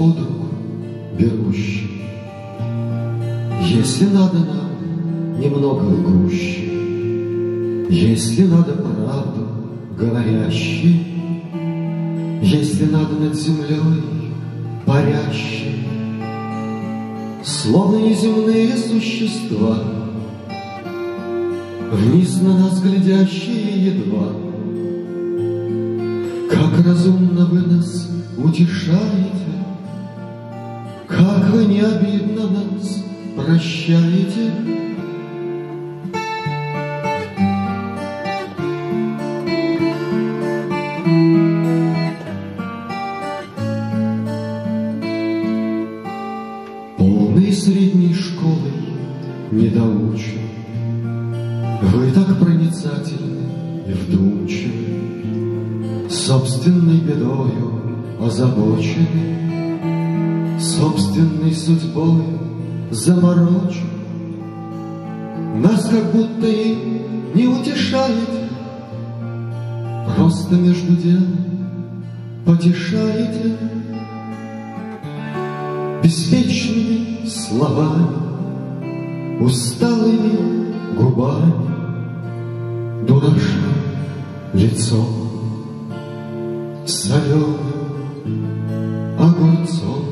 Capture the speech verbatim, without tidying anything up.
под руку берущий. Если надо нам немного лгущий, если надо правду говорящий, если надо над землей парящий, словно неземные существа, вниз на нас глядящие едва. Как разумно вы нас утешаете, как вы не обидно нас прощаете. Полной средней школой недоучен, вы так проницательны и вдумчивы, собственной бедою озабочены, собственной судьбой заморочены. Нас как будто и не утешаете, просто между делом потешаете беспечными словами, усталыми губами, дурашком лицом, соленым огурцом.